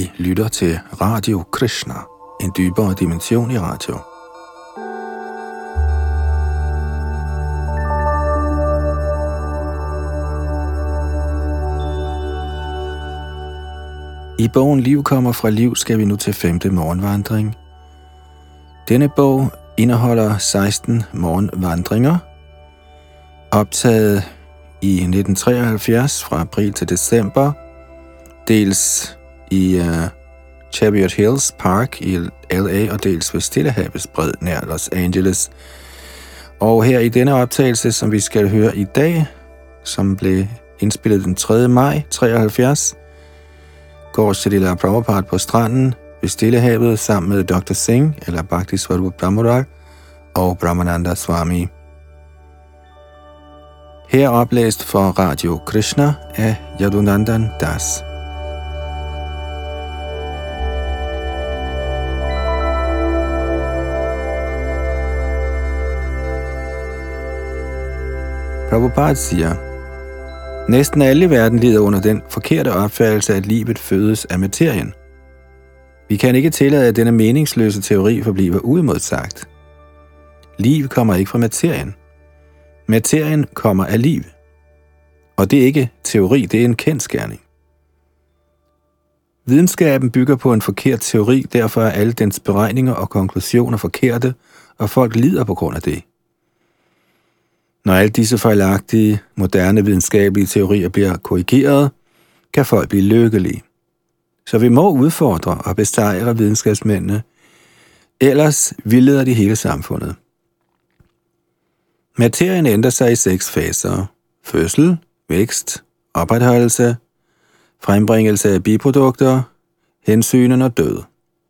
I lytter til Radio Krishna, en dybere dimension i radio. I bogen Liv kommer fra liv skal vi nu til 5. morgenvandring. Denne bog indeholder 16 morgenvandringer, optaget i 1973 fra april til december, dels i Chariot Hills Park i LA og dels ved Stillehavets bred nær Los Angeles. Og her i denne optagelse, som vi skal høre i dag, som blev indspillet den 3. maj 73, går Srila Prabhupada på stranden ved Stillehavet sammen med Dr. Singh eller Bhakti Swarup Damodar og Brahmananda Swami. Her oplæst for Radio Krishna af Yadunandan Das. Prabhupada siger, næsten alle i verden lider under den forkerte opfattelse, at livet fødes af materien. Vi kan ikke tillade, at denne meningsløse teori forbliver uimodsagt. Liv kommer ikke fra materien. Materien kommer af liv. Og det er ikke teori, det er en kendsgerning. Videnskaben bygger på en forkert teori, derfor er alle dens beregninger og konklusioner forkerte, og folk lider på grund af det. Når alle disse fejlagtige, moderne videnskabelige teorier bliver korrigeret, kan folk blive lykkelige. Så vi må udfordre og besejre videnskabsmændene, ellers vildleder de hele samfundet. Materien ændrer sig i 6 faser: fødsel, vækst, opretholdelse, frembringelse af biprodukter, hensynen og død.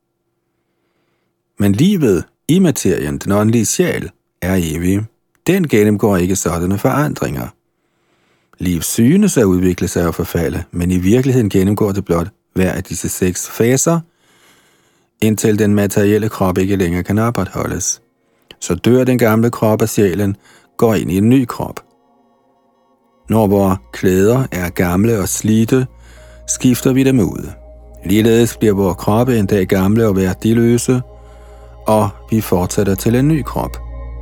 Men livet i materien, den åndelige sjæl, er evig. Den gennemgår ikke sådanne forandringer. Liv synes at udvikle sig og forfalde, men i virkeligheden gennemgår det blot hver af disse 6 faser, indtil den materielle krop ikke længere kan opretholdes. Så dør den gamle krop, og sjælen går ind i en ny krop. Når vores klæder er gamle og slidte, skifter vi dem ud. Ligeledes bliver vores kroppe en dag gamle og værdiløse, og vi fortsætter til en ny krop.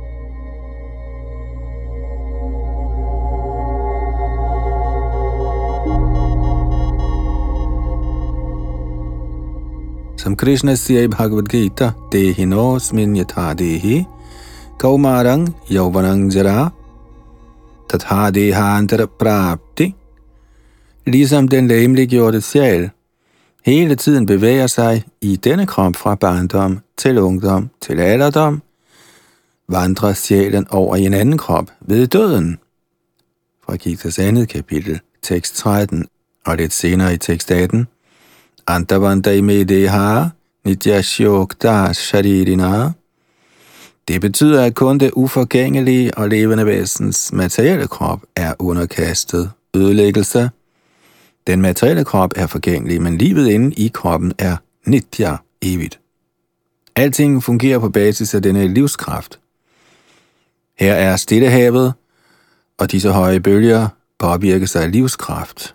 Som Krishna siger i Bhagavad Gita, Dehinosmin yatha dehi, kaumarang yauvanang jara, tatha dehantara prapti. Ligesom den legemliggjorte sjæl hele tiden bevæger sig i denne krop fra barndom til ungdom til alderdom, vandrer sjælen over i en anden krop ved døden. Fra Gitas 2. kapitel, tekst 13, og lidt senere i tekst 18. Antavanta me deha nityashokta sharirina. Det betyder, at kun det uforgængelige og levende væsens materielle krop er underkastet ødelæggelse. Den materielle krop er forgængelig, men livet inde i kroppen er nitya, evigt. Alting fungerer på basis af denne livskraft. Her er Stillehavet, og disse høje bølger påvirker sig af livskraft.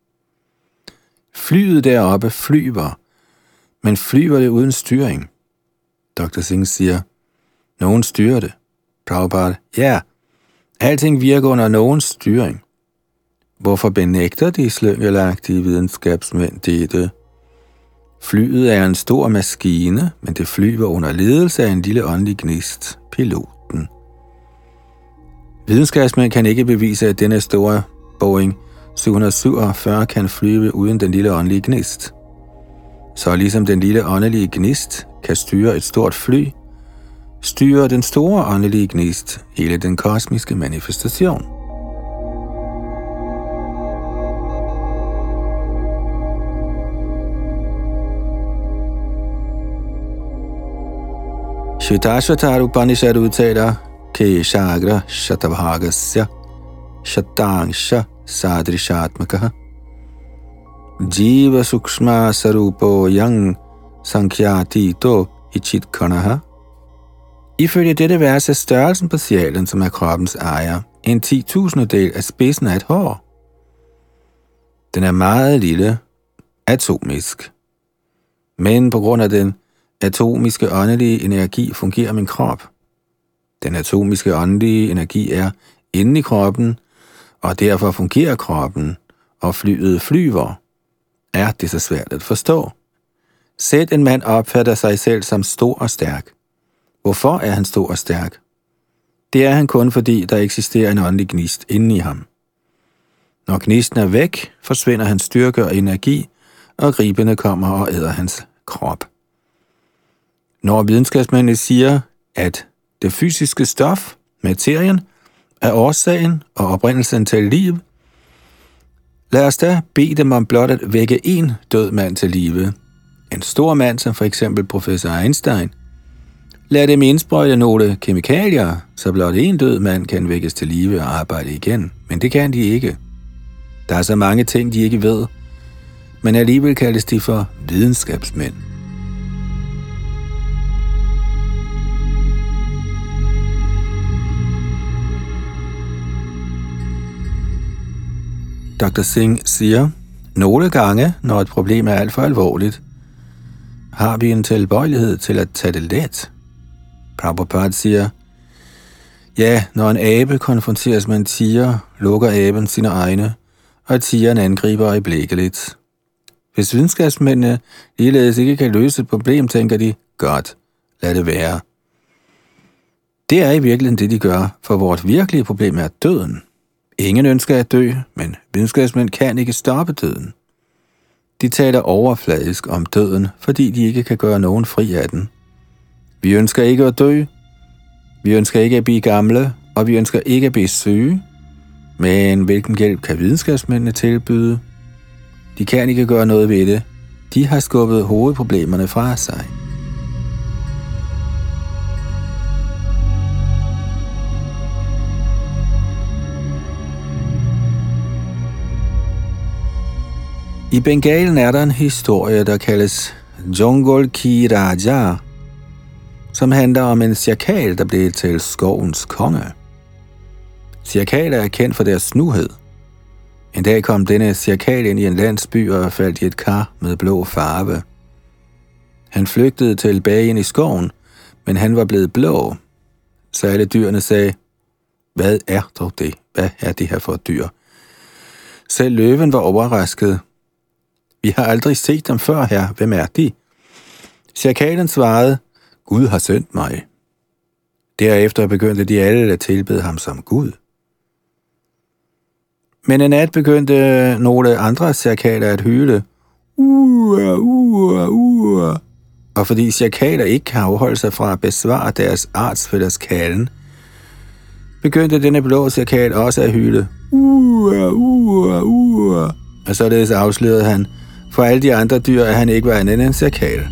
Flyet deroppe flyver, men flyver det uden styring? Dr. Singh siger, nogen styrer det. Prabhupada, ja, alting virker under nogens styring. Hvorfor benægter de slyngelagtige videnskabsmænd dette? Flyet er en stor maskine, men det flyver under ledelse af en lille åndelig gnist, piloten. Videnskabsmænd kan ikke bevise, at denne store Boeing 747 kan flyve uden den lille åndelige gnist. Så ligesom den lille åndelige gnist kan styre et stort fly, styrer den store åndelige gnist hele den kosmiske manifestation. Shvetashvatar Upanishad udtaler, Ke shagra shatabhagasya shatangsha sadrishatmakaha jiva sukshma sarupo yang sankhyatito ichitkanaha. Ifølge dette vers er størrelsen på sjælen, som er kroppens ejer, en 10.000-del af spidsen af et hår. Den er meget lille, atomisk. Men på grund af den atomiske åndelige energi fungerer min krop. Den atomiske åndelige energi er inde i kroppen, og derfor fungerer kroppen, og flyet flyver. Er det så svært at forstå? Selv en mand opfatter sig selv som stor og stærk. Hvorfor er han stor og stærk? Det er han kun, fordi der eksisterer en åndelig gnist inde i ham. Når gnisten er væk, forsvinder hans styrke og energi, og gribene kommer og æder hans krop. Når videnskabsmændene siger, at det fysiske stof, materien, er årsagen og oprindelsen til liv, lad os da bede dem om blot at vække en død mand til live. En stor mand som for eksempel professor Einstein. Lad dem indsprøjte nogle kemikalier, så blot en død mand kan vækkes til live og arbejde igen. Men det kan de ikke. Der er så mange ting, de ikke ved, men alligevel kaldes de for videnskabsmænd. Dr. Singh siger, nogle gange, når et problem er alt for alvorligt, har vi en tilbøjelighed til at tage det let. Prabhupada siger, ja, når en abe konfronteres med en tiger, lukker aben sine øjne, og tigeren angriber øjeblikkeligt. Hvis videnskabsmændene ligeledes ikke kan løse et problem, tænker de, godt, lad det være. Det er i virkeligheden det, de gør, for vores virkelige problem er døden. Ingen ønsker at dø, men videnskabsmænd kan ikke stoppe døden. De taler overfladisk om døden, fordi de ikke kan gøre nogen fri af den. Vi ønsker ikke at dø, vi ønsker ikke at blive gamle, og vi ønsker ikke at blive syge. Men hvilken hjælp kan videnskabsmændene tilbyde? De kan ikke gøre noget ved det. De har skubbet hovedproblemerne fra sig. I Bengalen er der en historie, der kaldes Jungle Ki Raja, som handler om en sjakal, der blev til skovens konge. Sjakaler er kendt for deres snuhed. En dag kom denne sjakal ind i en landsby og faldt i et kar med blå farve. Han flygtede tilbage ind i skoven, men han var blevet blå. Så alle dyrene sagde, hvad er dog det? Hvad er det her for et dyr? Selv løven var overrasket. Vi har aldrig set dem før her. Hvem er de? Sjakalen svarede, Gud har sendt mig. Derefter begyndte de alle at tilbede ham som Gud. Men en nat begyndte nogle andre sjakaler at hyle. Og fordi sjakaler ikke kan afholde sig fra at besvare deres artsfællers kalden, begyndte denne blå sjakal også at hyle. Og således afslørede han for alle de andre dyr, at han ikke var andet end en sjakal.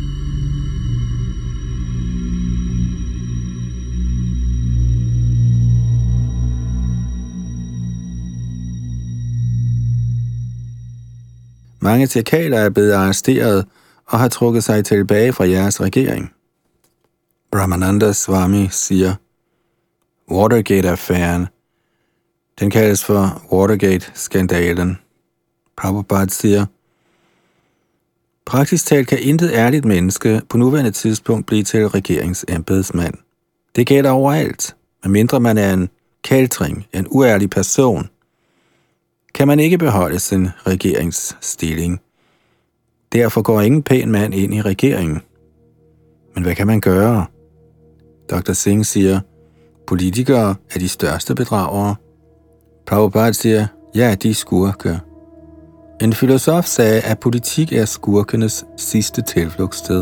Mange sjakaler er blevet arresteret og har trukket sig tilbage fra jeres regering. Brahmananda Swami siger, Watergate-affæren, den kaldes for Watergate-skandalen. Prabhupada siger, praktisk talt kan intet ærligt menneske på nuværende tidspunkt blive til regeringsembedsmand. Det gælder overalt, medmindre man er en kæltring, en uærlig person, kan man ikke beholde sin regeringsstilling. Derfor går ingen pæn mand ind i regeringen. Men hvad kan man gøre? Dr. Singh siger, politikere er de største bedragere. Prabhupada siger, ja, de er skurke. En filosof sagde, at politik er skurkenes sidste tilflugtssted.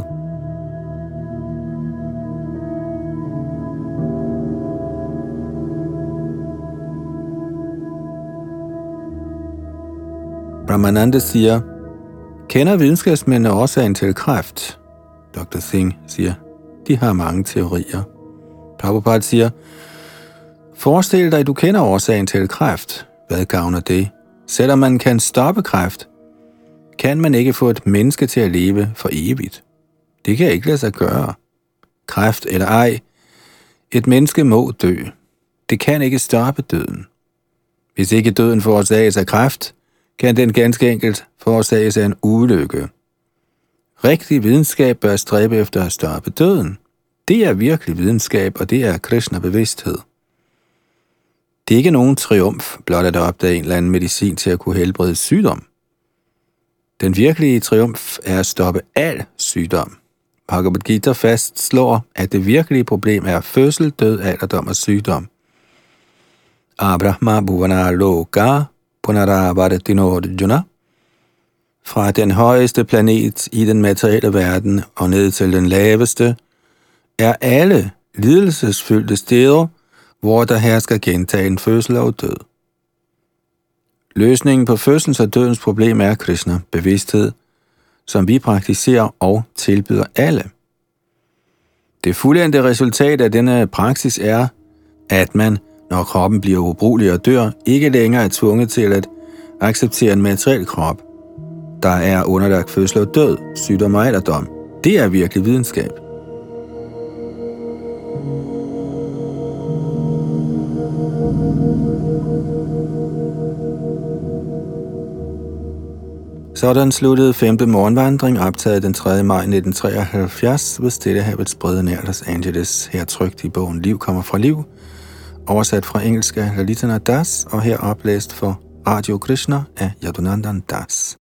Brahmananda siger, kender videnskabsmændene årsagen til kræft? Dr. Singh siger, de har mange teorier. Prabhupada siger, forestil dig, at du kender årsagen til kræft. Hvad gavner det? Selvom man kan stoppe kræft, kan man ikke få et menneske til at leve for evigt. Det kan ikke lade sig gøre. Kræft eller ej, et menneske må dø. Det kan ikke stoppe døden. Hvis ikke døden forårsages af kræft, kan den ganske enkelt forårsages af en ulykke. Rigtig videnskab bør stræbe efter at stoppe døden. Det er virkelig videnskab, og det er Krishna-bevidsthed. Det er ikke nogen triumf, blot at opdage en eller anden medicin til at kunne helbrede sygdom. Den virkelige triumf er at stoppe al sygdom. Bhagavad Gita fastslår, at det virkelige problem er fødsel, død, alderdom og sygdom. Abrahma bhuvana loka punaravartino arjuna. Fra den højeste planet i den materielle verden og ned til den laveste, er alle lidelsesfyldte steder, hvor der hersker gentagen fødsel og død. Løsningen på fødselens og dødens problem er Krishna, bevidsthed, som vi praktiserer og tilbyder alle. Det fuldendte resultat af denne praksis er, at man, når kroppen bliver ubrugelig og dør, ikke længere er tvunget til at acceptere en materiel krop, der er underlagt fødsel og død, sygdom og alderdom. Det er virkelig videnskab. Sådan sluttede 5. morgenvandring, optaget den 3. maj 1973 ved Stillehavets brede nær Los Angeles, her trykt i bogen Liv kommer fra liv, oversat fra engelsk af Lalitana Das og her oplæst for Radio Krishna af Yadunandan Das.